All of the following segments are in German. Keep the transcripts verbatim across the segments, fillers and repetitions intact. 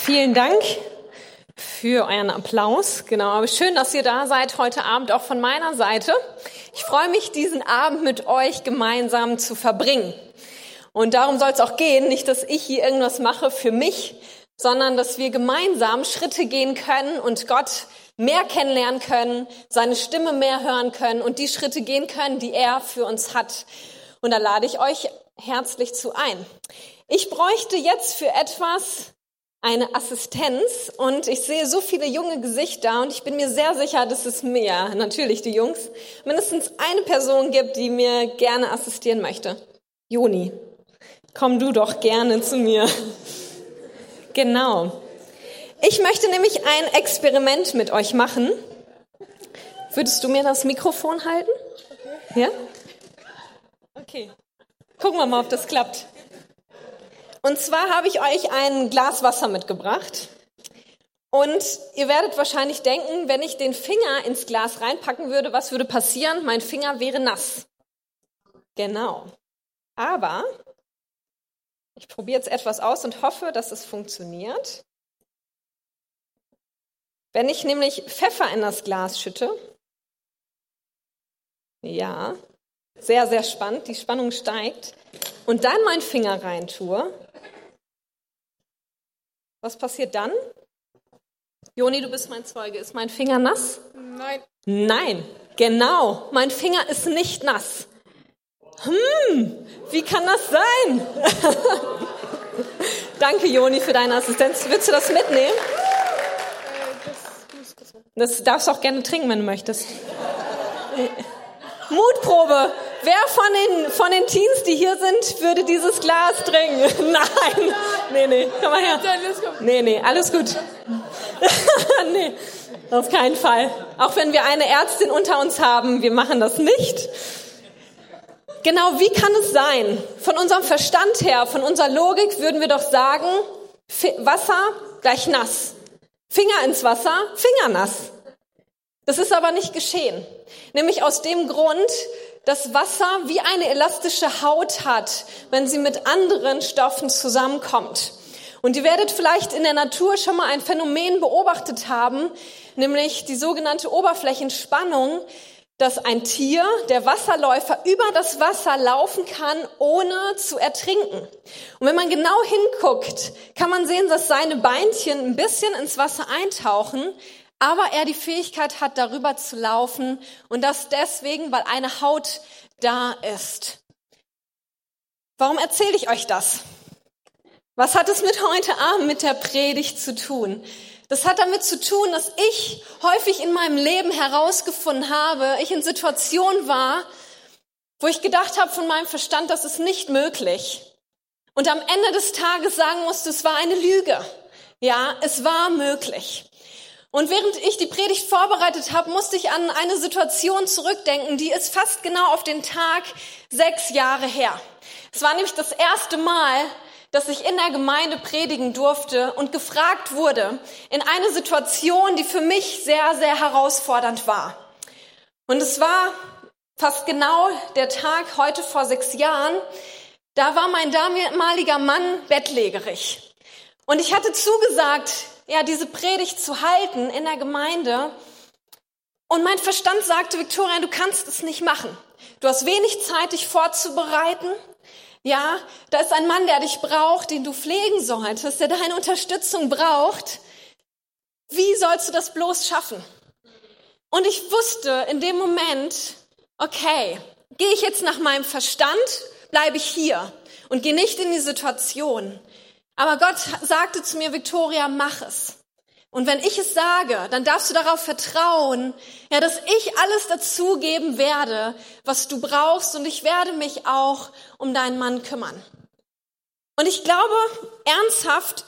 Vielen Dank für euren Applaus. Genau, aber schön, dass ihr da seid heute Abend auch von meiner Seite. Ich freue mich, diesen Abend mit euch gemeinsam zu verbringen. Und darum soll es auch gehen, nicht, dass ich hier irgendwas mache für mich, sondern dass wir gemeinsam Schritte gehen können und Gott mehr kennenlernen können, seine Stimme mehr hören können und die Schritte gehen können, die er für uns hat. Und da lade ich euch herzlich zu ein. Ich bräuchte jetzt für etwas eine Assistenz und ich sehe so viele junge Gesichter und ich bin mir sehr sicher, dass es mir, natürlich die Jungs, mindestens eine Person gibt, die mir gerne assistieren möchte. Joni, komm du doch gerne zu mir. Genau. Ich möchte nämlich ein Experiment mit euch machen. Würdest du mir das Mikrofon halten? Okay. Ja? Okay. Gucken wir mal, ob das klappt. Und zwar habe ich euch ein Glas Wasser mitgebracht. Und ihr werdet wahrscheinlich denken, wenn ich den Finger ins Glas reinpacken würde, was würde passieren? Mein Finger wäre nass. Genau. Aber ich probiere jetzt etwas aus und hoffe, dass es funktioniert. Wenn ich nämlich Pfeffer in das Glas schütte, ja, sehr, sehr spannend, die Spannung steigt, und dann meinen Finger rein tue, was passiert dann? Joni, du bist mein Zeuge. Ist mein Finger nass? Nein. Nein, genau. Mein Finger ist nicht nass. Hm, wie kann das sein? Danke, Joni, für deine Assistenz. Willst du das mitnehmen? Äh, das muss kurz. Das darfst du auch gerne trinken, wenn du möchtest. Mutprobe. Wer von den, von den Teens, die hier sind, würde dieses Glas trinken? Nein. Nee, nee, komm mal her. Nee, nee, alles gut. Nee, auf keinen Fall. Auch wenn wir eine Ärztin unter uns haben, wir machen das nicht. Genau, wie kann es sein? Von unserem Verstand her, von unserer Logik würden wir doch sagen, Wasser gleich nass. Finger ins Wasser, Finger nass. Das ist aber nicht geschehen. Nämlich aus dem Grund, dass Wasser wie eine elastische Haut hat, wenn sie mit anderen Stoffen zusammenkommt. Und ihr werdet vielleicht in der Natur schon mal ein Phänomen beobachtet haben, nämlich die sogenannte Oberflächenspannung, dass ein Tier, der Wasserläufer, über das Wasser laufen kann, ohne zu ertrinken. Und wenn man genau hinguckt, kann man sehen, dass seine Beinchen ein bisschen ins Wasser eintauchen, aber er die Fähigkeit hat, darüber zu laufen und das deswegen, weil eine Haut da ist. Warum erzähle ich euch das? Was hat es mit heute Abend mit der Predigt zu tun? Das hat damit zu tun, dass ich häufig in meinem Leben herausgefunden habe, ich in Situationen war, wo ich gedacht habe von meinem Verstand, das ist nicht möglich. Und am Ende des Tages sagen musste, es war eine Lüge. Ja, es war möglich. Und während ich die Predigt vorbereitet habe, musste ich an eine Situation zurückdenken, die ist fast genau auf den Tag sechs Jahre her. Es war nämlich das erste Mal, dass ich in der Gemeinde predigen durfte und gefragt wurde in eine Situation, die für mich sehr, sehr herausfordernd war. Und es war fast genau der Tag heute vor sechs Jahren, da war mein damaliger Mann bettlägerig. Und ich hatte zugesagt, ja, diese Predigt zu halten in der Gemeinde. Und mein Verstand sagte, Victoria, du kannst es nicht machen. Du hast wenig Zeit, dich vorzubereiten. Ja, da ist ein Mann, der dich braucht, den du pflegen solltest, der deine Unterstützung braucht. Wie sollst du das bloß schaffen? Und ich wusste in dem Moment, okay, gehe ich jetzt nach meinem Verstand, bleibe ich hier und gehe nicht in die Situation. Aber Gott sagte zu mir, Victoria, mach es. Und wenn ich es sage, dann darfst du darauf vertrauen, ja, dass ich alles dazugeben werde, was du brauchst, und ich werde mich auch um deinen Mann kümmern. Und ich glaube ernsthaft,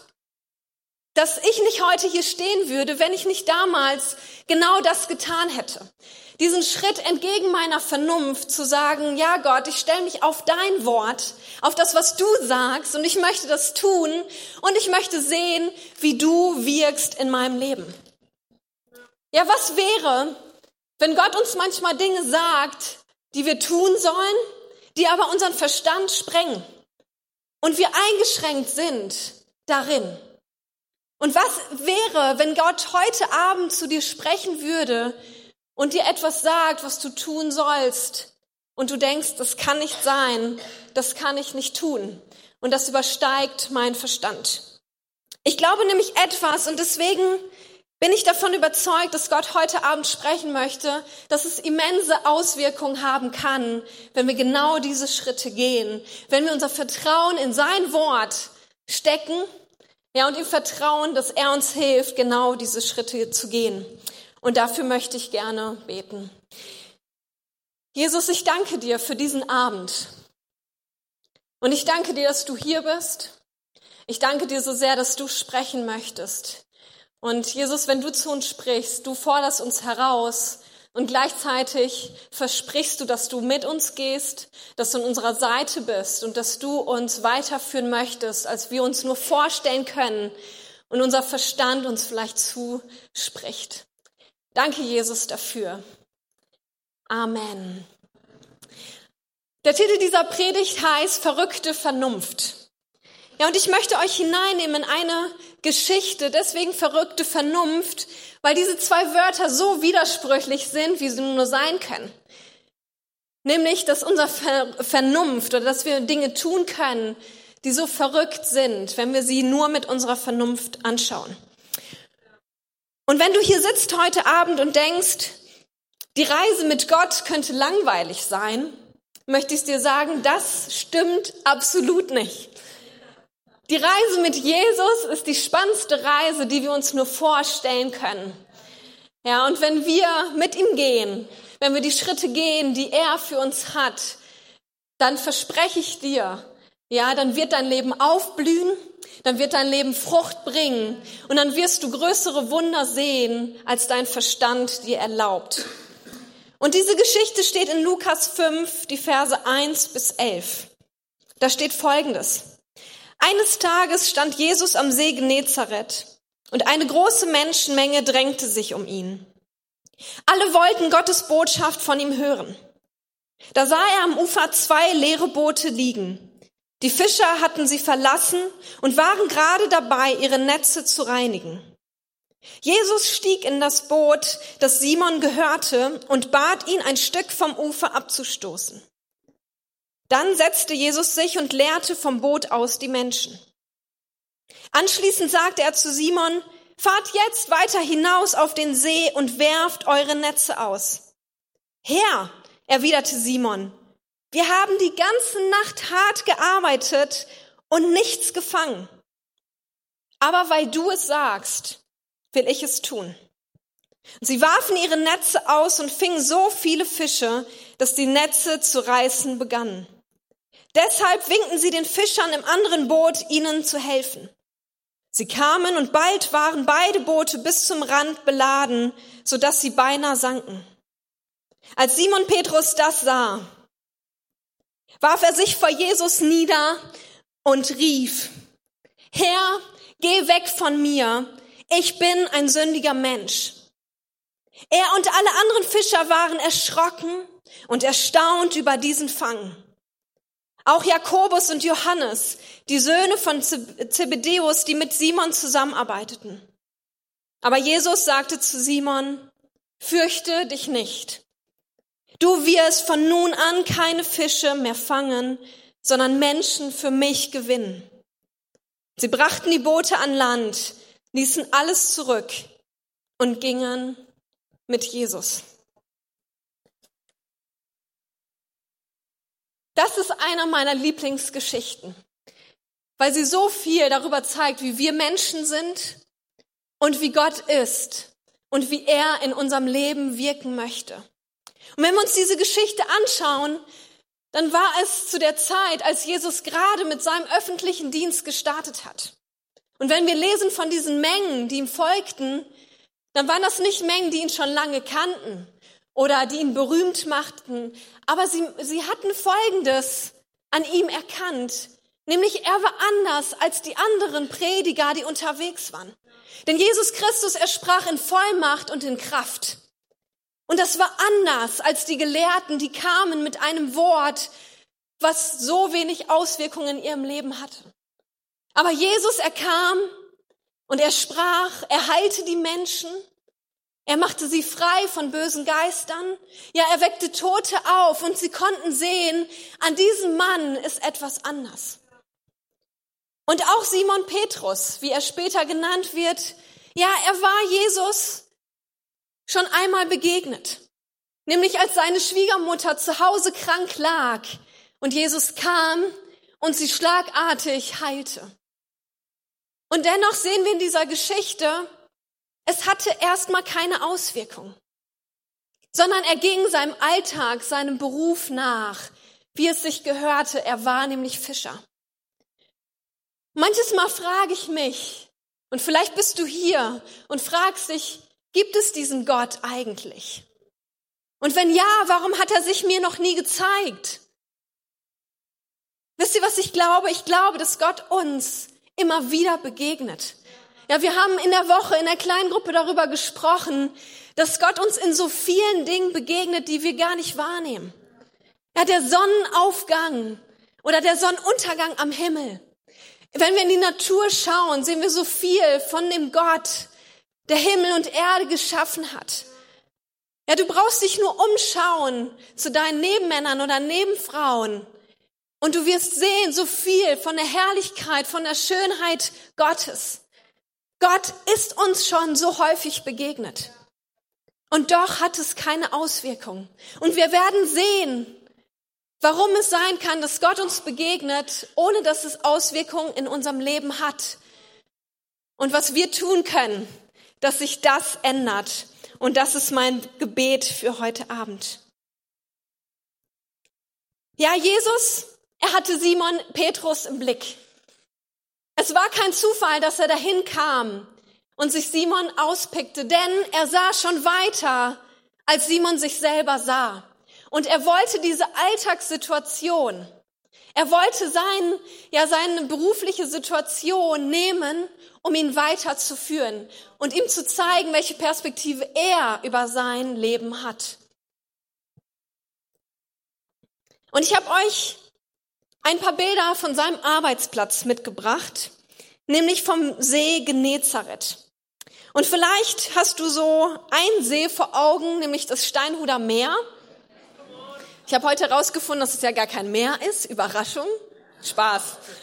dass ich nicht heute hier stehen würde, wenn ich nicht damals genau das getan hätte. Diesen Schritt entgegen meiner Vernunft zu sagen, ja Gott, ich stelle mich auf dein Wort, auf das, was du sagst, und ich möchte das tun und ich möchte sehen, wie du wirkst in meinem Leben. Ja, was wäre, wenn Gott uns manchmal Dinge sagt, die wir tun sollen, die aber unseren Verstand sprengen und wir eingeschränkt sind darin? Und was wäre, wenn Gott heute Abend zu dir sprechen würde und dir etwas sagt, was du tun sollst, und du denkst, das kann nicht sein, das kann ich nicht tun und das übersteigt meinen Verstand. Ich glaube nämlich etwas, und deswegen bin ich davon überzeugt, dass Gott heute Abend sprechen möchte, dass es immense Auswirkungen haben kann, wenn wir genau diese Schritte gehen, wenn wir unser Vertrauen in sein Wort stecken, ja, und ihm vertrauen, dass er uns hilft, genau diese Schritte zu gehen. Und dafür möchte ich gerne beten. Jesus, ich danke dir für diesen Abend. Und ich danke dir, dass du hier bist. Ich danke dir so sehr, dass du sprechen möchtest. Und Jesus, wenn du zu uns sprichst, du forderst uns heraus und gleichzeitig versprichst du, dass du mit uns gehst, dass du an unserer Seite bist und dass du uns weiterführen möchtest, als wir uns nur vorstellen können und unser Verstand uns vielleicht zuspricht. Danke, Jesus, dafür. Amen. Der Titel dieser Predigt heißt Verrückte Vernunft. Ja, und ich möchte euch hineinnehmen in eine Geschichte, deswegen verrückte Vernunft, weil diese zwei Wörter so widersprüchlich sind, wie sie nur sein können. Nämlich, dass unser Ver- Vernunft oder dass wir Dinge tun können, die so verrückt sind, wenn wir sie nur mit unserer Vernunft anschauen. Und wenn du hier sitzt heute Abend und denkst, die Reise mit Gott könnte langweilig sein, möchte ich dir sagen, das stimmt absolut nicht. Die Reise mit Jesus ist die spannendste Reise, die wir uns nur vorstellen können. Ja, und wenn wir mit ihm gehen, wenn wir die Schritte gehen, die er für uns hat, dann verspreche ich dir, ja, dann wird dein Leben aufblühen, dann wird dein Leben Frucht bringen und dann wirst du größere Wunder sehen, als dein Verstand dir erlaubt. Und diese Geschichte steht in Lukas fünf, die Verse eins bis elf. Da steht Folgendes. Eines Tages stand Jesus am See Genezareth und eine große Menschenmenge drängte sich um ihn. Alle wollten Gottes Botschaft von ihm hören. Da sah er am Ufer zwei leere Boote liegen. Die Fischer hatten sie verlassen und waren gerade dabei, ihre Netze zu reinigen. Jesus stieg in das Boot, das Simon gehörte, und bat ihn, ein Stück vom Ufer abzustoßen. Dann setzte Jesus sich und lehrte vom Boot aus die Menschen. Anschließend sagte er zu Simon, fahrt jetzt weiter hinaus auf den See und werft eure Netze aus. Herr, erwiderte Simon, wir haben die ganze Nacht hart gearbeitet und nichts gefangen. Aber weil du es sagst, will ich es tun. Sie warfen ihre Netze aus und fingen so viele Fische, dass die Netze zu reißen begannen. Deshalb winkten sie den Fischern im anderen Boot, ihnen zu helfen. Sie kamen und bald waren beide Boote bis zum Rand beladen, sodass sie beinahe sanken. Als Simon Petrus das sah, warf er sich vor Jesus nieder und rief, Herr, geh weg von mir, ich bin ein sündiger Mensch. Er und alle anderen Fischer waren erschrocken und erstaunt über diesen Fang. Auch Jakobus und Johannes, die Söhne von Zebedäus, die mit Simon zusammenarbeiteten. Aber Jesus sagte zu Simon, fürchte dich nicht. Du wirst von nun an keine Fische mehr fangen, sondern Menschen für mich gewinnen. Sie brachten die Boote an Land, ließen alles zurück und gingen mit Jesus. Das ist einer meiner Lieblingsgeschichten, weil sie so viel darüber zeigt, wie wir Menschen sind und wie Gott ist und wie er in unserem Leben wirken möchte. Und wenn wir uns diese Geschichte anschauen, dann war es zu der Zeit, als Jesus gerade mit seinem öffentlichen Dienst gestartet hat. Und wenn wir lesen von diesen Mengen, die ihm folgten, dann waren das nicht Mengen, die ihn schon lange kannten oder die ihn berühmt machten. Aber sie, sie hatten Folgendes an ihm erkannt, nämlich er war anders als die anderen Prediger, die unterwegs waren. Denn Jesus Christus, er sprach in Vollmacht und in Kraft. Und das war anders als die Gelehrten, die kamen mit einem Wort, was so wenig Auswirkungen in ihrem Leben hatte. Aber Jesus, er kam Und er sprach, er heilte die Menschen, er machte sie frei von bösen Geistern. Ja, er weckte Tote auf und sie konnten sehen, an diesem Mann ist etwas anders. Und auch Simon Petrus, wie er später genannt wird, ja, er war Jesus schon einmal begegnet. Nämlich als seine Schwiegermutter zu Hause krank lag und Jesus kam und sie schlagartig heilte. Und dennoch sehen wir in dieser Geschichte, es hatte erstmal keine Auswirkung, sondern er ging seinem Alltag, seinem Beruf nach, wie es sich gehörte. Er war nämlich Fischer. Manches Mal frage ich mich, und vielleicht bist du hier und fragst dich, gibt es diesen Gott eigentlich? Und wenn ja, warum hat er sich mir noch nie gezeigt? Wisst ihr, was ich glaube? Ich glaube, dass Gott uns immer wieder begegnet. Ja, wir haben in der Woche in der kleinen Gruppe darüber gesprochen, dass Gott uns in so vielen Dingen begegnet, die wir gar nicht wahrnehmen. Ja, der Sonnenaufgang oder der Sonnenuntergang am Himmel. Wenn wir in die Natur schauen, sehen wir so viel von dem Gott, der Himmel und Erde geschaffen hat. Ja, du brauchst dich nur umschauen zu deinen Nebenmännern oder Nebenfrauen und du wirst sehen so viel von der Herrlichkeit, von der Schönheit Gottes. Gott ist uns schon so häufig begegnet. Und doch hat es keine Auswirkung. Und wir werden sehen, warum es sein kann, dass Gott uns begegnet, ohne dass es Auswirkungen in unserem Leben hat. Und was wir tun können, dass sich das ändert. Und das ist mein Gebet für heute Abend. Ja, Jesus, er hatte Simon Petrus im Blick. Es war kein Zufall, dass er dahin kam und sich Simon auspickte, denn er sah schon weiter, als Simon sich selber sah. Und er wollte diese Alltagssituation, er wollte sein, ja, seine berufliche Situation nehmen, um ihn weiterzuführen und ihm zu zeigen, welche Perspektive er über sein Leben hat. Und ich habe euch ein paar Bilder von seinem Arbeitsplatz mitgebracht, nämlich vom See Genezareth. Und vielleicht hast du so einen See vor Augen, nämlich das Steinhuder Meer. Ich habe heute herausgefunden, dass es ja gar kein Meer ist. Überraschung. Spaß.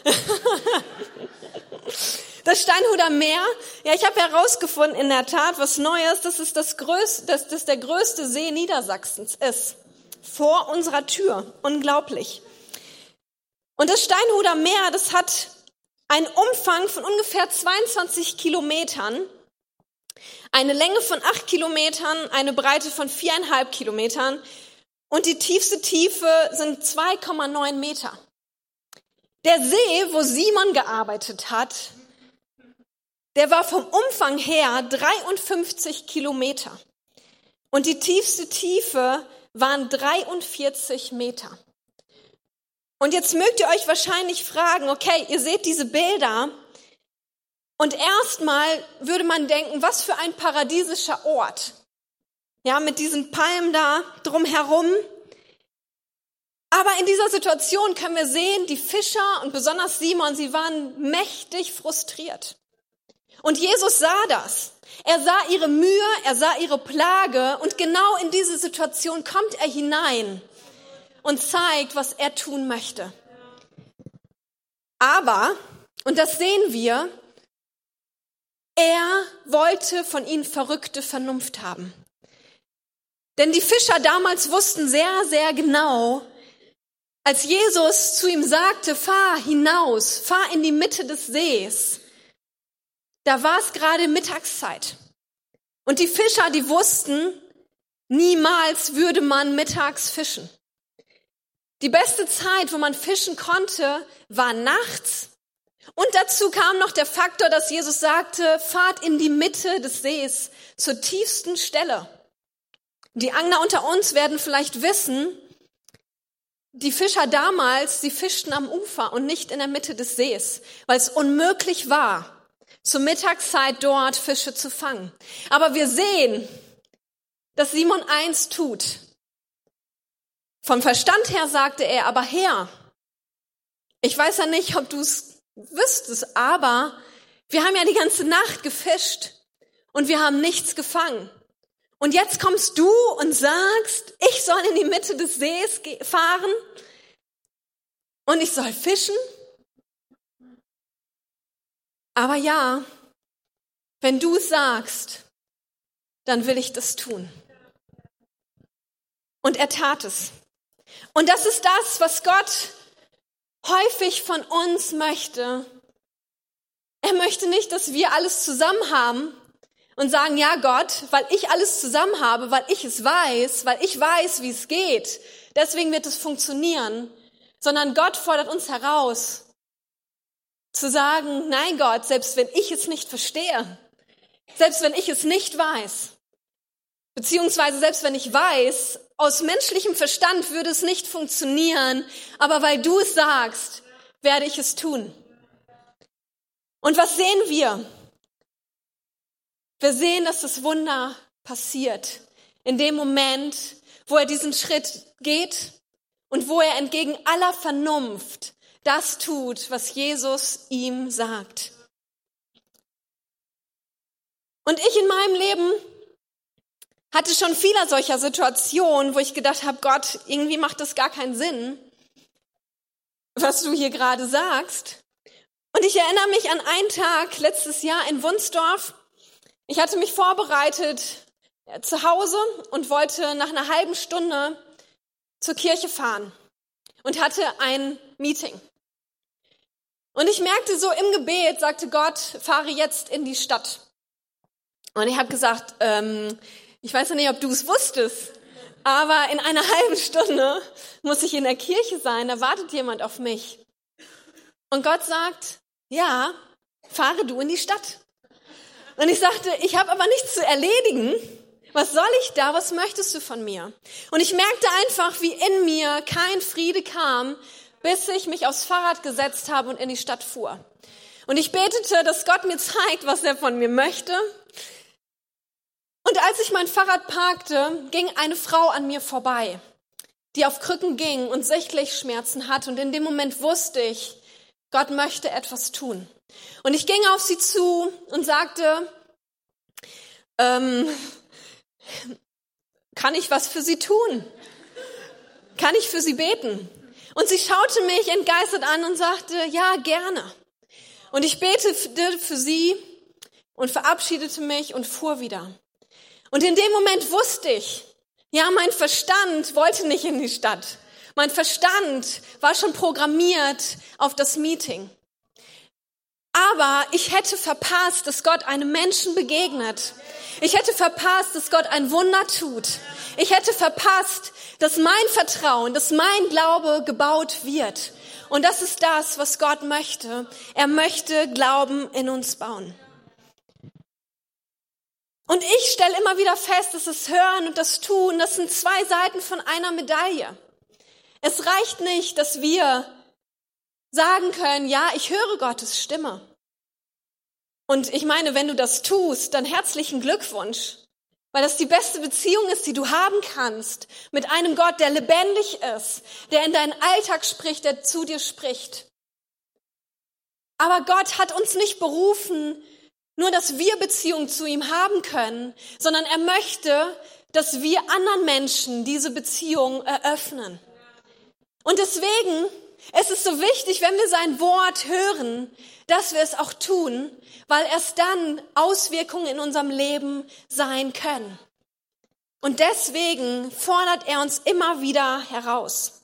Das Steinhuder Meer, ja, ich habe herausgefunden, in der Tat, was Neues, dass es das größte, dass das der größte See Niedersachsens ist. Vor unserer Tür. Unglaublich. Und das Steinhuder Meer, das hat einen Umfang von ungefähr zweiundzwanzig Kilometern, eine Länge von acht Kilometern, eine Breite von viereinhalb Kilometern und die tiefste Tiefe sind zwei Komma neun Meter. Der See, wo Simon gearbeitet hat, der war vom Umfang her dreiundfünfzig Kilometer und die tiefste Tiefe waren dreiundvierzig Meter. Und jetzt mögt ihr euch wahrscheinlich fragen, okay, ihr seht diese Bilder und erstmal würde man denken, was für ein paradiesischer Ort. Ja, mit diesen Palmen da drumherum. Aber in dieser Situation können wir sehen, die Fischer und besonders Simon, sie waren mächtig frustriert. Und Jesus sah das. Er sah ihre Mühe, er sah ihre Plage und genau in diese Situation kommt er hinein und zeigt, was er tun möchte. Aber, und das sehen wir, er wollte von ihnen verrückte Vernunft haben. Denn die Fischer damals wussten sehr, sehr genau, als Jesus zu ihm sagte, fahr hinaus, fahr in die Mitte des Sees, da war es gerade Mittagszeit. Und die Fischer, die wussten, niemals würde man mittags fischen. Die beste Zeit, wo man fischen konnte, war nachts. Und dazu kam noch der Faktor, dass Jesus sagte, fahrt in die Mitte des Sees, zur tiefsten Stelle. Die Angler unter uns werden vielleicht wissen, die Fischer damals, sie fischten am Ufer und nicht in der Mitte des Sees, weil es unmöglich war, zur Mittagszeit dort Fische zu fangen. Aber wir sehen, dass Simon eins tut. Vom Verstand her sagte er, aber Herr, ich weiß ja nicht, ob du es wüsstest, aber Wir haben ja die ganze Nacht gefischt und wir haben nichts gefangen. Und jetzt kommst du und sagst, ich soll in die Mitte des Sees fahren und ich soll fischen? Aber ja, wenn du es sagst, dann will ich das tun. Und er tat es. Und das ist das, was Gott häufig von uns möchte. Er möchte nicht, dass wir alles zusammen haben und sagen, ja Gott, weil ich alles zusammen habe, weil ich es weiß, weil ich weiß, wie es geht, deswegen wird es funktionieren, sondern Gott fordert uns heraus, zu sagen, nein Gott, selbst wenn ich es nicht verstehe, selbst wenn ich es nicht weiß, beziehungsweise selbst wenn ich weiß, aus menschlichem Verstand würde es nicht funktionieren, aber weil du es sagst, werde ich es tun. Und was sehen wir? Wir sehen, dass das Wunder passiert. In dem Moment, wo er diesen Schritt geht und wo er entgegen aller Vernunft das tut, was Jesus ihm sagt. Und ich in meinem Leben hatte schon viele solcher Situationen, wo ich gedacht habe, Gott, irgendwie macht das gar keinen Sinn, was du hier gerade sagst. Und ich erinnere mich an einen Tag letztes Jahr in Wunsdorf. Ich hatte mich vorbereitet ja, zu Hause und wollte nach einer halben Stunde zur Kirche fahren und hatte ein Meeting. Und ich merkte so im Gebet, sagte Gott, fahre jetzt in die Stadt. Und ich habe gesagt, ähm, ich weiß ja nicht, ob du es wusstest, aber in einer halben Stunde muss ich in der Kirche sein, da wartet jemand auf mich. Und Gott sagt, ja, fahre du in die Stadt. Und ich sagte, ich habe aber nichts zu erledigen. Was soll ich da? Was möchtest du von mir? Und ich merkte einfach, wie in mir kein Friede kam, bis ich mich aufs Fahrrad gesetzt habe und in die Stadt fuhr. Und ich betete, dass Gott mir zeigt, was er von mir möchte. Und als ich mein Fahrrad parkte, ging eine Frau an mir vorbei, die auf Krücken ging und sichtlich Schmerzen hatte. Und in dem Moment wusste ich, Gott möchte etwas tun. Und ich ging auf sie zu und sagte, ähm, kann ich was für sie tun? Kann ich für sie beten? Und sie schaute mich entgeistert an und sagte, ja, gerne. Und ich betete für sie und verabschiedete mich und fuhr wieder. Und in dem Moment wusste ich, ja, mein Verstand wollte nicht in die Stadt. Mein Verstand war schon programmiert auf das Meeting. Aber ich hätte verpasst, dass Gott einem Menschen begegnet. Ich hätte verpasst, dass Gott ein Wunder tut. Ich hätte verpasst, dass mein Vertrauen, dass mein Glaube gebaut wird. Und das ist das, was Gott möchte. Er möchte Glauben in uns bauen. Und ich stelle immer wieder fest, dass das Hören und das Tun, das sind zwei Seiten von einer Medaille. Es reicht nicht, dass wir sagen können, ja, ich höre Gottes Stimme. Und ich meine, wenn du das tust, dann herzlichen Glückwunsch, weil das die beste Beziehung ist, die du haben kannst, mit einem Gott, der lebendig ist, der in deinen Alltag spricht, der zu dir spricht. Aber Gott hat uns nicht berufen, nur dass wir Beziehung zu ihm haben können, sondern er möchte, dass wir anderen Menschen diese Beziehung eröffnen. Und deswegen es ist so wichtig, wenn wir sein Wort hören, dass wir es auch tun, weil erst dann Auswirkungen in unserem Leben sein können. Und deswegen fordert er uns immer wieder heraus.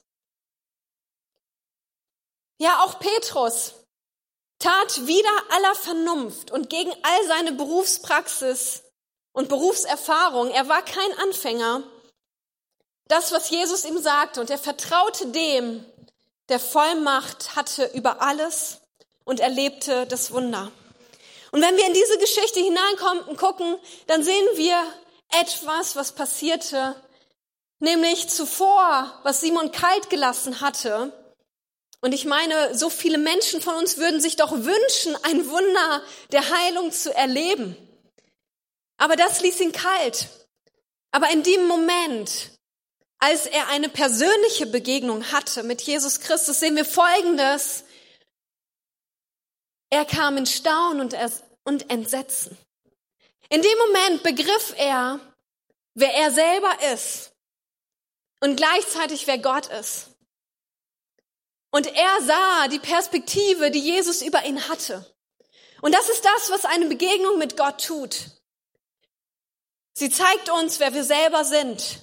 Ja, auch Petrus tat wider aller Vernunft und gegen all seine Berufspraxis und Berufserfahrung. Er war kein Anfänger. Das, was Jesus ihm sagte, und er vertraute dem, der Vollmacht hatte über alles und erlebte das Wunder. Und wenn wir in diese Geschichte hineinkommen und gucken, dann sehen wir etwas, was passierte, nämlich zuvor, was Simon kalt gelassen hatte. Und ich meine, so viele Menschen von uns würden sich doch wünschen, ein Wunder der Heilung zu erleben. Aber das ließ ihn kalt. Aber in dem Moment, als er eine persönliche Begegnung hatte mit Jesus Christus, sehen wir Folgendes. Er kam in Staunen und, es, und Entsetzen. In dem Moment begriff er, wer er selber ist und gleichzeitig wer Gott ist. Und er sah die Perspektive, die Jesus über ihn hatte. Und das ist das, was eine Begegnung mit Gott tut. Sie zeigt uns, wer wir selber sind.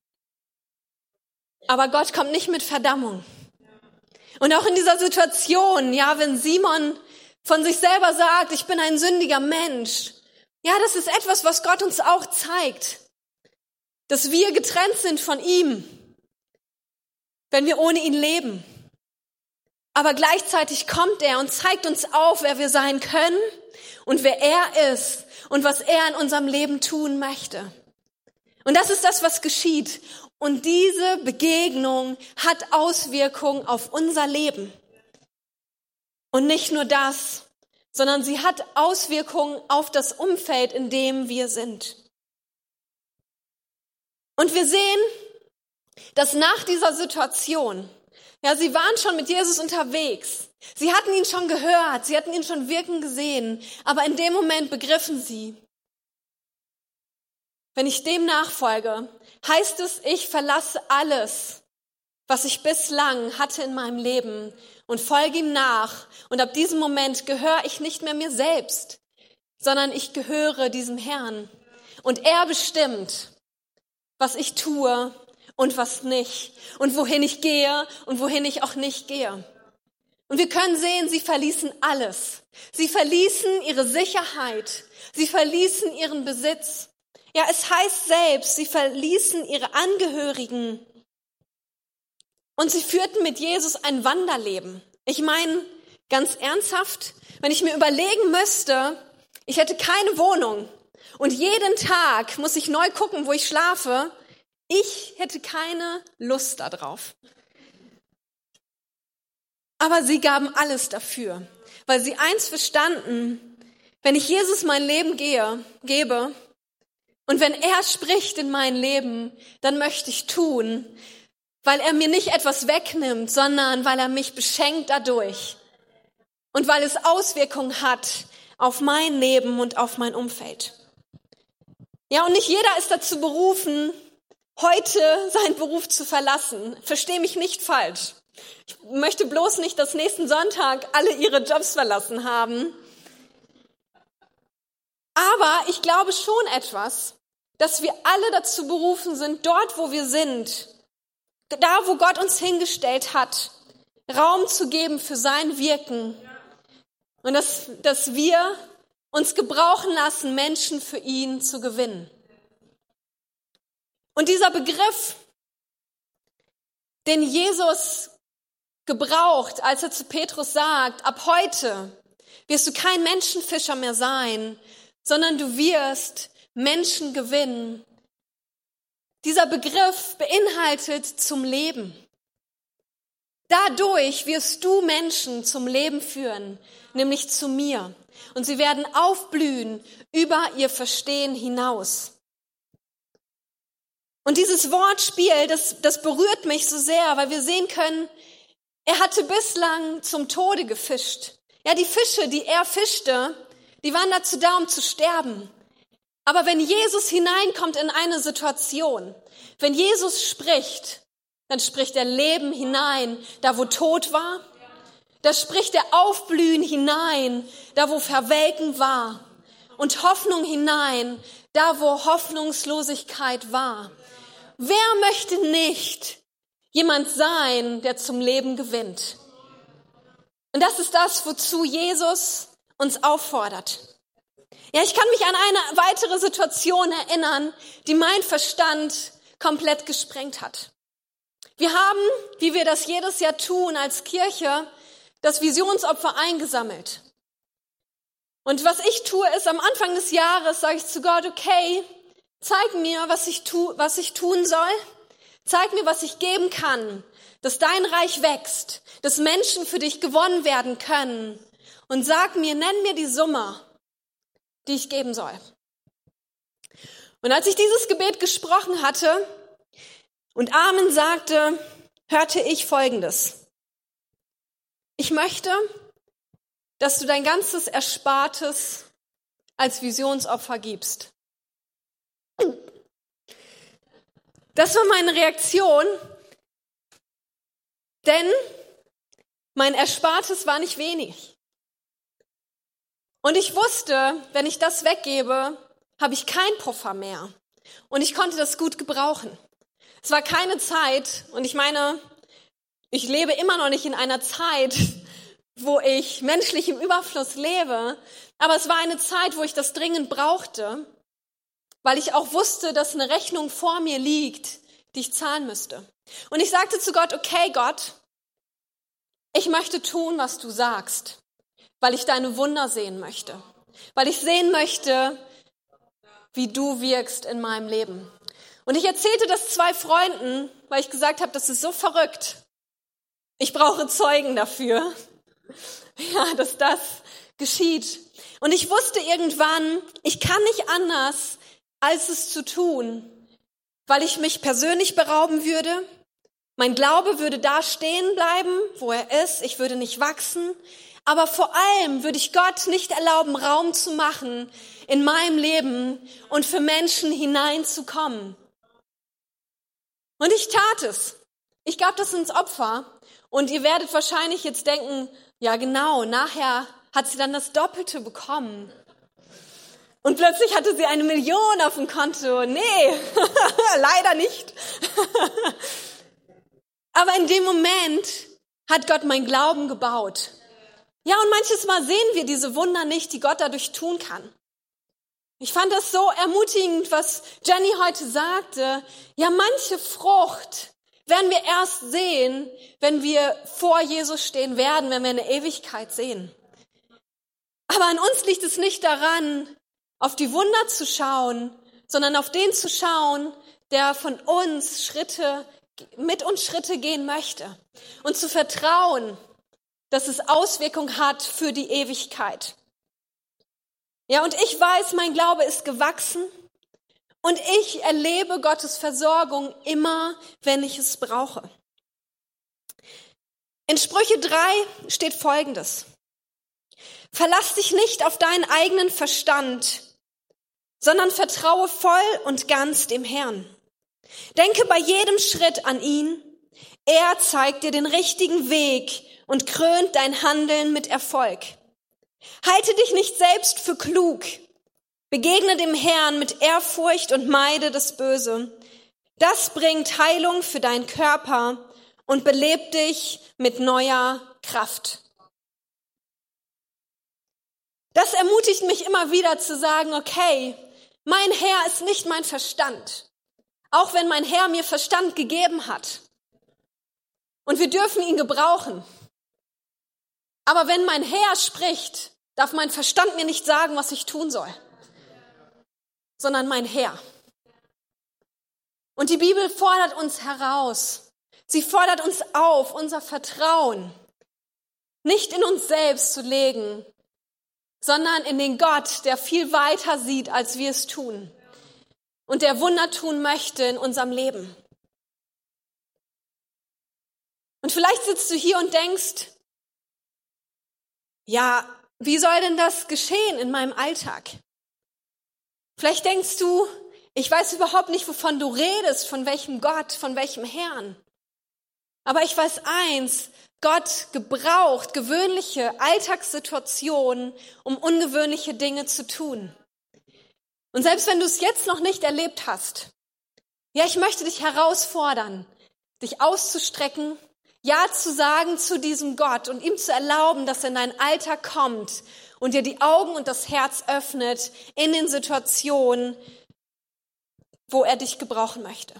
Aber Gott kommt nicht mit Verdammung. Und auch in dieser Situation, ja, wenn Simon von sich selber sagt, ich bin ein sündiger Mensch, ja, das ist etwas, was Gott uns auch zeigt. Dass wir getrennt sind von ihm, wenn wir ohne ihn leben. Aber gleichzeitig kommt er und zeigt uns auf, wer wir sein können und wer er ist und was er in unserem Leben tun möchte. Und das ist das, was geschieht. Und diese Begegnung hat Auswirkungen auf unser Leben. Und nicht nur das, sondern sie hat Auswirkungen auf das Umfeld, in dem wir sind. Und wir sehen, dass nach dieser Situation, ja, sie waren schon mit Jesus unterwegs. Sie hatten ihn schon gehört, sie hatten ihn schon wirken gesehen, aber in dem Moment begriffen sie, wenn ich dem nachfolge, heißt es, ich verlasse alles, was ich bislang hatte in meinem Leben und folge ihm nach. Und ab diesem Moment gehöre ich nicht mehr mir selbst, sondern ich gehöre diesem Herrn. Und er bestimmt, was ich tue und was nicht und wohin ich gehe und wohin ich auch nicht gehe. Und wir können sehen, sie verließen alles. Sie verließen ihre Sicherheit. Sie verließen ihren Besitz. Ja, es heißt selbst, sie verließen ihre Angehörigen und sie führten mit Jesus ein Wanderleben. Ich meine, ganz ernsthaft, wenn ich mir überlegen müsste, ich hätte keine Wohnung und jeden Tag muss ich neu gucken, wo ich schlafe, ich hätte keine Lust darauf. Aber sie gaben alles dafür, weil sie eins verstanden, wenn ich Jesus mein Leben gehe, gebe und wenn er spricht in mein Leben, dann möchte ich tun, weil er mir nicht etwas wegnimmt, sondern weil er mich beschenkt dadurch und weil es Auswirkungen hat auf mein Leben und auf mein Umfeld. Ja, und nicht jeder ist dazu berufen, heute seinen Beruf zu verlassen. Versteh mich nicht falsch. Ich möchte bloß nicht, dass nächsten Sonntag alle ihre Jobs verlassen haben. Aber ich glaube schon etwas, dass wir alle dazu berufen sind, dort, wo wir sind, da, wo Gott uns hingestellt hat, Raum zu geben für sein Wirken. Und dass, dass wir uns gebrauchen lassen, Menschen für ihn zu gewinnen. Und dieser Begriff, den Jesus gebraucht, als er zu Petrus sagt, ab heute wirst du kein Menschenfischer mehr sein, sondern du wirst Menschen gewinnen. Dieser Begriff beinhaltet zum Leben. Dadurch wirst du Menschen zum Leben führen, nämlich zu mir. Und sie werden aufblühen über ihr Verstehen hinaus. Und dieses Wortspiel, das, das berührt mich so sehr, weil wir sehen können, er hatte bislang zum Tode gefischt. Ja, die Fische, die er fischte, die waren dazu da, um zu sterben. Aber wenn Jesus hineinkommt in eine Situation, wenn Jesus spricht, dann spricht er Leben hinein, da wo Tod war. Da spricht er Aufblühen hinein, da wo Verwelken war. Und Hoffnung hinein, da wo Hoffnungslosigkeit war. Wer möchte nicht jemand sein, der zum Leben gewinnt? Und das ist das, wozu Jesus uns auffordert. Ja, ich kann mich an eine weitere Situation erinnern, die mein Verstand komplett gesprengt hat. Wir haben, wie wir das jedes Jahr tun als Kirche, das Visionsopfer eingesammelt. Und was ich tue, ist am Anfang des Jahres, sage ich zu Gott, okay, zeig mir, was ich, tu, was ich tun soll. Zeig mir, was ich geben kann, dass dein Reich wächst, dass Menschen für dich gewonnen werden können. Und sag mir, nenn mir die Summe, die ich geben soll. Und als ich dieses Gebet gesprochen hatte und Amen sagte, hörte ich Folgendes. Ich möchte, dass du dein ganzes Erspartes als Visionsopfer gibst. Das war meine Reaktion, denn mein Erspartes war nicht wenig. Und ich wusste, wenn ich das weggebe, habe ich keinen Puffer mehr. Und ich konnte das gut gebrauchen. Es war keine Zeit, und ich meine, ich lebe immer noch nicht in einer Zeit, wo ich menschlich im Überfluss lebe, aber es war eine Zeit, wo ich das dringend brauchte, weil ich auch wusste, dass eine Rechnung vor mir liegt, die ich zahlen müsste. Und ich sagte zu Gott, okay Gott, ich möchte tun, was du sagst, weil ich deine Wunder sehen möchte, weil ich sehen möchte, wie du wirkst in meinem Leben. Und ich erzählte das zwei Freunden, weil ich gesagt habe, das ist so verrückt. Ich brauche Zeugen dafür, ja, dass das geschieht. Und ich wusste irgendwann, ich kann nicht anders, als es zu tun, weil ich mich persönlich berauben würde. Mein Glaube würde da stehen bleiben, wo er ist. Ich würde nicht wachsen. Aber vor allem würde ich Gott nicht erlauben, Raum zu machen in meinem Leben und für Menschen hineinzukommen. Und ich tat es. Ich gab das ins Opfer. Und ihr werdet wahrscheinlich jetzt denken, ja genau, nachher hat sie dann das Doppelte bekommen. Und plötzlich hatte sie eine Million auf dem Konto. Nee, leider nicht. Aber in dem Moment hat Gott mein Glauben gebaut. Ja, und manches Mal sehen wir diese Wunder nicht, die Gott dadurch tun kann. Ich fand das so ermutigend, was Jenny heute sagte. Ja, manche Frucht werden wir erst sehen, wenn wir vor Jesus stehen werden, wenn wir eine Ewigkeit sehen. Aber an uns liegt es nicht daran, auf die Wunder zu schauen, sondern auf den zu schauen, der von uns Schritte, mit uns Schritte gehen möchte. Und zu vertrauen, dass es Auswirkungen hat für die Ewigkeit. Ja, und ich weiß, mein Glaube ist gewachsen und ich erlebe Gottes Versorgung immer, wenn ich es brauche. In Sprüche drei steht Folgendes: Verlass dich nicht auf deinen eigenen Verstand, sondern vertraue voll und ganz dem Herrn. Denke bei jedem Schritt an ihn. Er zeigt dir den richtigen Weg und krönt dein Handeln mit Erfolg. Halte dich nicht selbst für klug. Begegne dem Herrn mit Ehrfurcht und meide das Böse. Das bringt Heilung für deinen Körper und belebt dich mit neuer Kraft. Das ermutigt mich immer wieder zu sagen, okay, mein Herr ist nicht mein Verstand. Auch wenn mein Herr mir Verstand gegeben hat. Und wir dürfen ihn gebrauchen. Aber wenn mein Herr spricht, darf mein Verstand mir nicht sagen, was ich tun soll, sondern mein Herr. Und die Bibel fordert uns heraus. Sie fordert uns auf, unser Vertrauen nicht in uns selbst zu legen, sondern in den Gott, der viel weiter sieht, als wir es tun und der Wunder tun möchte in unserem Leben. Und vielleicht sitzt du hier und denkst, ja, wie soll denn das geschehen in meinem Alltag? Vielleicht denkst du, ich weiß überhaupt nicht, wovon du redest, von welchem Gott, von welchem Herrn. Aber ich weiß eins, Gott gebraucht gewöhnliche Alltagssituationen, um ungewöhnliche Dinge zu tun. Und selbst wenn du es jetzt noch nicht erlebt hast, ja, ich möchte dich herausfordern, dich auszustrecken, Ja zu sagen zu diesem Gott und ihm zu erlauben, dass er in deinen Alltag kommt und dir die Augen und das Herz öffnet in den Situationen, wo er dich gebrauchen möchte.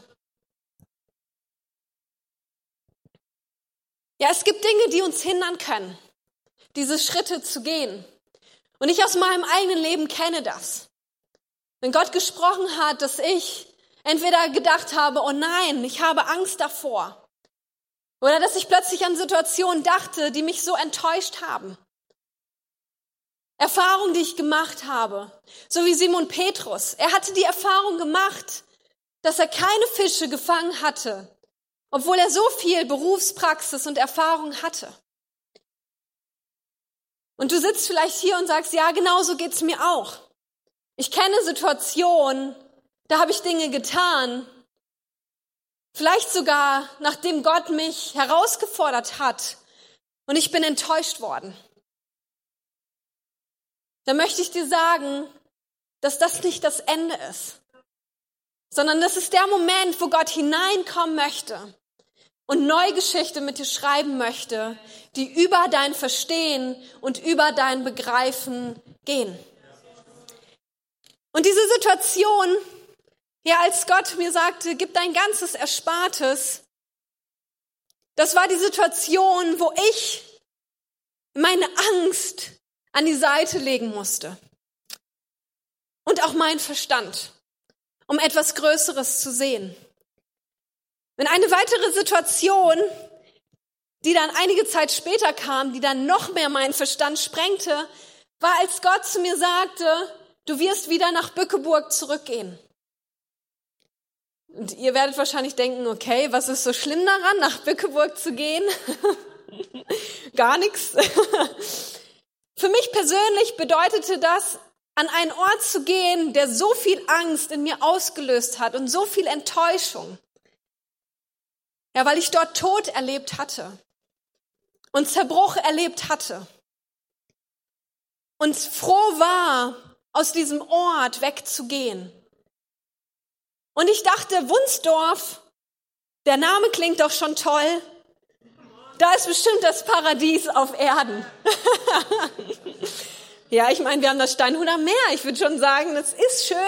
Ja, es gibt Dinge, die uns hindern können, diese Schritte zu gehen. Und ich aus meinem eigenen Leben kenne das. Wenn Gott gesprochen hat, dass ich entweder gedacht habe, oh nein, ich habe Angst davor. Oder dass ich plötzlich an Situationen dachte, die mich so enttäuscht haben. Erfahrungen, die ich gemacht habe. So wie Simon Petrus. Er hatte die Erfahrung gemacht, dass er keine Fische gefangen hatte, obwohl er so viel Berufspraxis und Erfahrung hatte. Und du sitzt vielleicht hier und sagst, ja, genau so geht's mir auch. Ich kenne Situationen, da habe ich Dinge getan, vielleicht sogar, nachdem Gott mich herausgefordert hat und ich bin enttäuscht worden. Da möchte ich dir sagen, dass das nicht das Ende ist, sondern das ist der Moment, wo Gott hineinkommen möchte und neue Geschichte mit dir schreiben möchte, die über dein Verstehen und über dein Begreifen gehen. Und diese Situation, ja, als Gott mir sagte, gib dein ganzes Erspartes, das war die Situation, wo ich meine Angst an die Seite legen musste. Und auch mein Verstand, um etwas Größeres zu sehen. Und eine weitere Situation, die dann einige Zeit später kam, die dann noch mehr meinen Verstand sprengte, war, als Gott zu mir sagte, du wirst wieder nach Bückeburg zurückgehen. Und ihr werdet wahrscheinlich denken, okay, was ist so schlimm daran, nach Bückeburg zu gehen? Gar nichts. Für mich persönlich bedeutete das, an einen Ort zu gehen, der so viel Angst in mir ausgelöst hat und so viel Enttäuschung. Ja, weil ich dort Tod erlebt hatte und Zerbruch erlebt hatte. Und froh war, aus diesem Ort wegzugehen. Und ich dachte, Wunsdorf, der Name klingt doch schon toll. Da ist bestimmt das Paradies auf Erden. Ja, ich meine, wir haben das Steinhuder Meer. Ich würde schon sagen, das ist schön.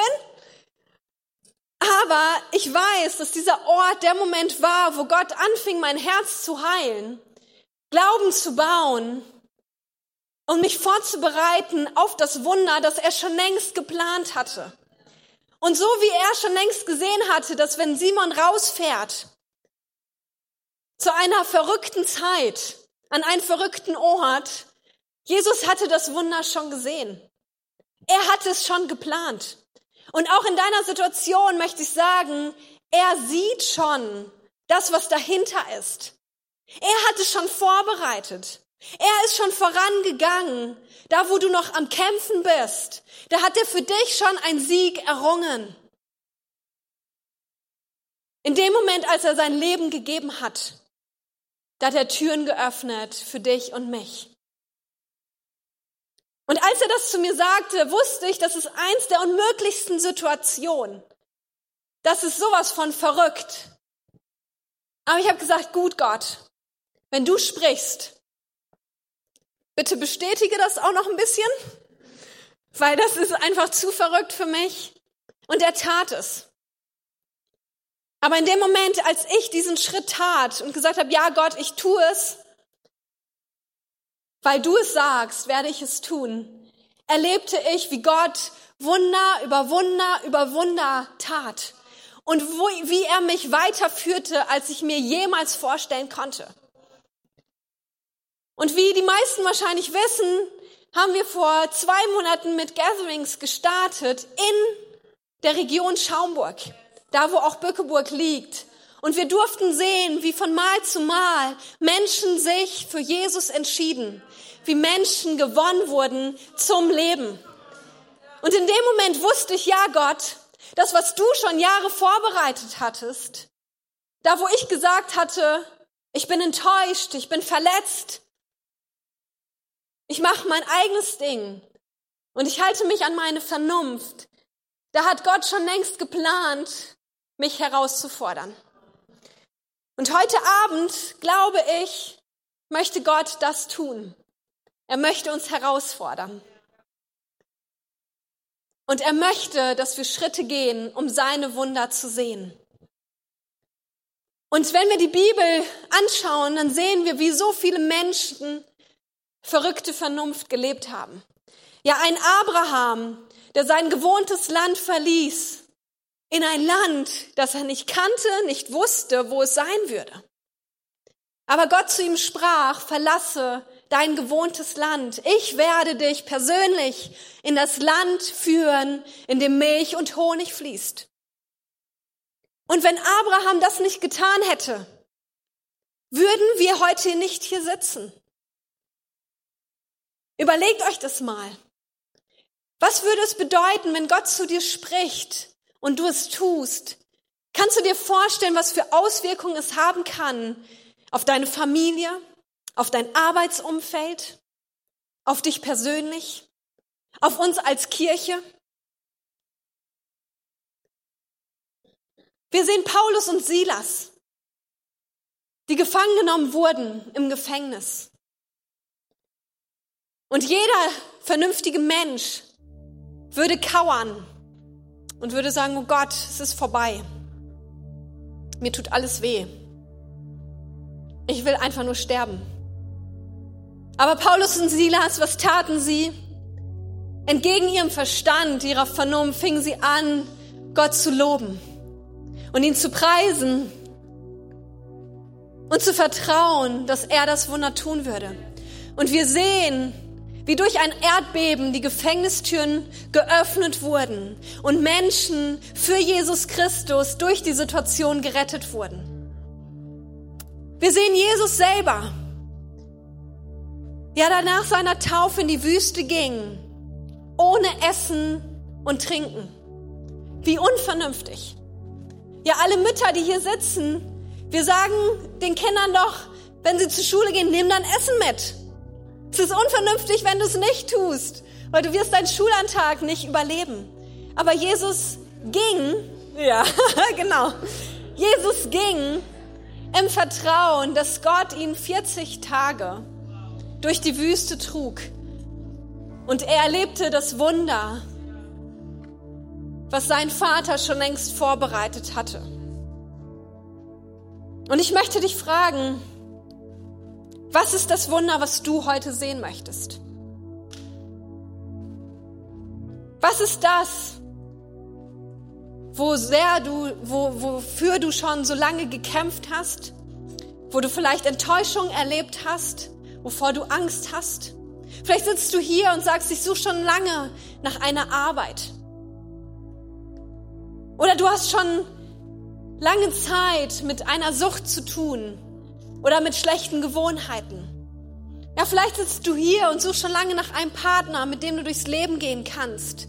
Aber ich weiß, dass dieser Ort der Moment war, wo Gott anfing, mein Herz zu heilen, Glauben zu bauen und mich vorzubereiten auf das Wunder, das er schon längst geplant hatte. Und so wie er schon längst gesehen hatte, dass wenn Simon rausfährt, zu einer verrückten Zeit, an einen verrückten Ort, Jesus hatte das Wunder schon gesehen. Er hatte es schon geplant. Und auch in deiner Situation möchte ich sagen, er sieht schon das, was dahinter ist. Er hat es schon vorbereitet. Er ist schon vorangegangen. Da, wo du noch am Kämpfen bist, da hat er für dich schon einen Sieg errungen. In dem Moment, als er sein Leben gegeben hat, da hat er Türen geöffnet für dich und mich. Und als er das zu mir sagte, wusste ich, das ist eins der unmöglichsten Situationen. Das ist sowas von verrückt. Aber ich habe gesagt, gut Gott, wenn du sprichst, bitte bestätige das auch noch ein bisschen, weil das ist einfach zu verrückt für mich. Und er tat es. Aber in dem Moment, als ich diesen Schritt tat und gesagt habe, ja Gott, ich tue es, weil du es sagst, werde ich es tun, erlebte ich, wie Gott Wunder über Wunder über Wunder tat. Und wo, wie er mich weiterführte, als ich mir jemals vorstellen konnte. Und wie die meisten wahrscheinlich wissen, haben wir vor zwei Monaten mit Gatherings gestartet in der Region Schaumburg, da wo auch Bückeburg liegt. Und wir durften sehen, wie von Mal zu Mal Menschen sich für Jesus entschieden, wie Menschen gewonnen wurden zum Leben. Und in dem Moment wusste ich, ja Gott, das, was du schon Jahre vorbereitet hattest, da wo ich gesagt hatte, ich bin enttäuscht, ich bin verletzt, ich mache mein eigenes Ding und ich halte mich an meine Vernunft, da hat Gott schon längst geplant, mich herauszufordern. Und heute Abend, glaube ich, möchte Gott das tun. Er möchte uns herausfordern. Und er möchte, dass wir Schritte gehen, um seine Wunder zu sehen. Und wenn wir die Bibel anschauen, dann sehen wir, wie so viele Menschen verrückte Vernunft gelebt haben. Ja, ein Abraham, der sein gewohntes Land verließ, in ein Land, das er nicht kannte, nicht wusste, wo es sein würde. Aber Gott zu ihm sprach, verlasse dein gewohntes Land. Ich werde dich persönlich in das Land führen, in dem Milch und Honig fließt. Und wenn Abraham das nicht getan hätte, würden wir heute nicht hier sitzen. Überlegt euch das mal. Was würde es bedeuten, wenn Gott zu dir spricht und du es tust? Kannst du dir vorstellen, was für Auswirkungen es haben kann auf deine Familie, auf dein Arbeitsumfeld, auf dich persönlich, auf uns als Kirche? Wir sehen Paulus und Silas, die gefangen genommen wurden im Gefängnis. Und jeder vernünftige Mensch würde kauern und würde sagen, oh Gott, es ist vorbei. Mir tut alles weh. Ich will einfach nur sterben. Aber Paulus und Silas, was taten sie? Entgegen ihrem Verstand, ihrer Vernunft, fingen sie an, Gott zu loben und ihn zu preisen und zu vertrauen, dass er das Wunder tun würde. Und wir sehen, wie durch ein Erdbeben die Gefängnistüren geöffnet wurden und Menschen für Jesus Christus durch die Situation gerettet wurden. Wir sehen Jesus selber, der nach seiner Taufe in die Wüste ging, ohne Essen und Trinken. Wie unvernünftig. Ja, alle Mütter, die hier sitzen, wir sagen den Kindern doch, wenn sie zur Schule gehen, nimm dann Essen mit. Es ist unvernünftig, wenn du es nicht tust, weil du wirst deinen Schulantag nicht überleben. Aber Jesus ging, ja, genau, Jesus ging im Vertrauen, dass Gott ihn vierzig Tage durch die Wüste trug. Und er erlebte das Wunder, was sein Vater schon längst vorbereitet hatte. Und ich möchte dich fragen, was ist das Wunder, was du heute sehen möchtest? Was ist das, wo sehr du, wo, wofür du schon so lange gekämpft hast, wo du vielleicht Enttäuschung erlebt hast, wovor du Angst hast? Vielleicht sitzt du hier und sagst, ich suche schon lange nach einer Arbeit. Oder du hast schon lange Zeit mit einer Sucht zu tun oder mit schlechten Gewohnheiten. Ja, vielleicht sitzt du hier und suchst schon lange nach einem Partner, mit dem du durchs Leben gehen kannst.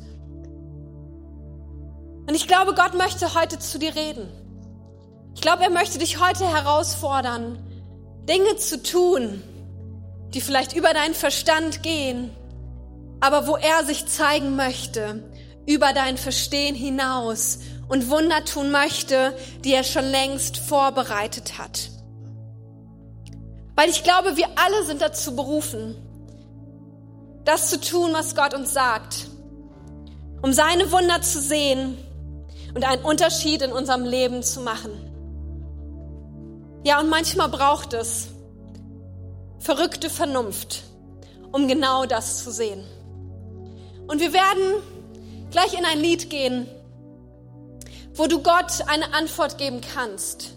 Und ich glaube, Gott möchte heute zu dir reden. Ich glaube, er möchte dich heute herausfordern, Dinge zu tun, die vielleicht über deinen Verstand gehen, aber wo er sich zeigen möchte, über dein Verstehen hinaus und Wunder tun möchte, die er schon längst vorbereitet hat. Weil ich glaube, wir alle sind dazu berufen, das zu tun, was Gott uns sagt, um seine Wunder zu sehen und einen Unterschied in unserem Leben zu machen. Ja, und manchmal braucht es verrückte Vernunft, um genau das zu sehen. Und wir werden gleich in ein Lied gehen, wo du Gott eine Antwort geben kannst.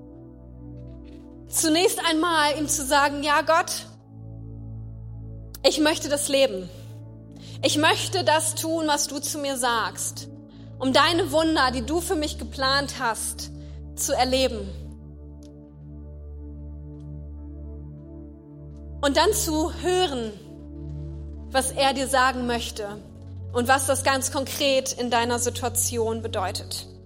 Zunächst einmal ihm zu sagen, ja Gott, ich möchte das leben. Ich möchte das tun, was du zu mir sagst, um deine Wunder, die du für mich geplant hast, zu erleben. Und dann zu hören, was er dir sagen möchte und was das ganz konkret in deiner Situation bedeutet.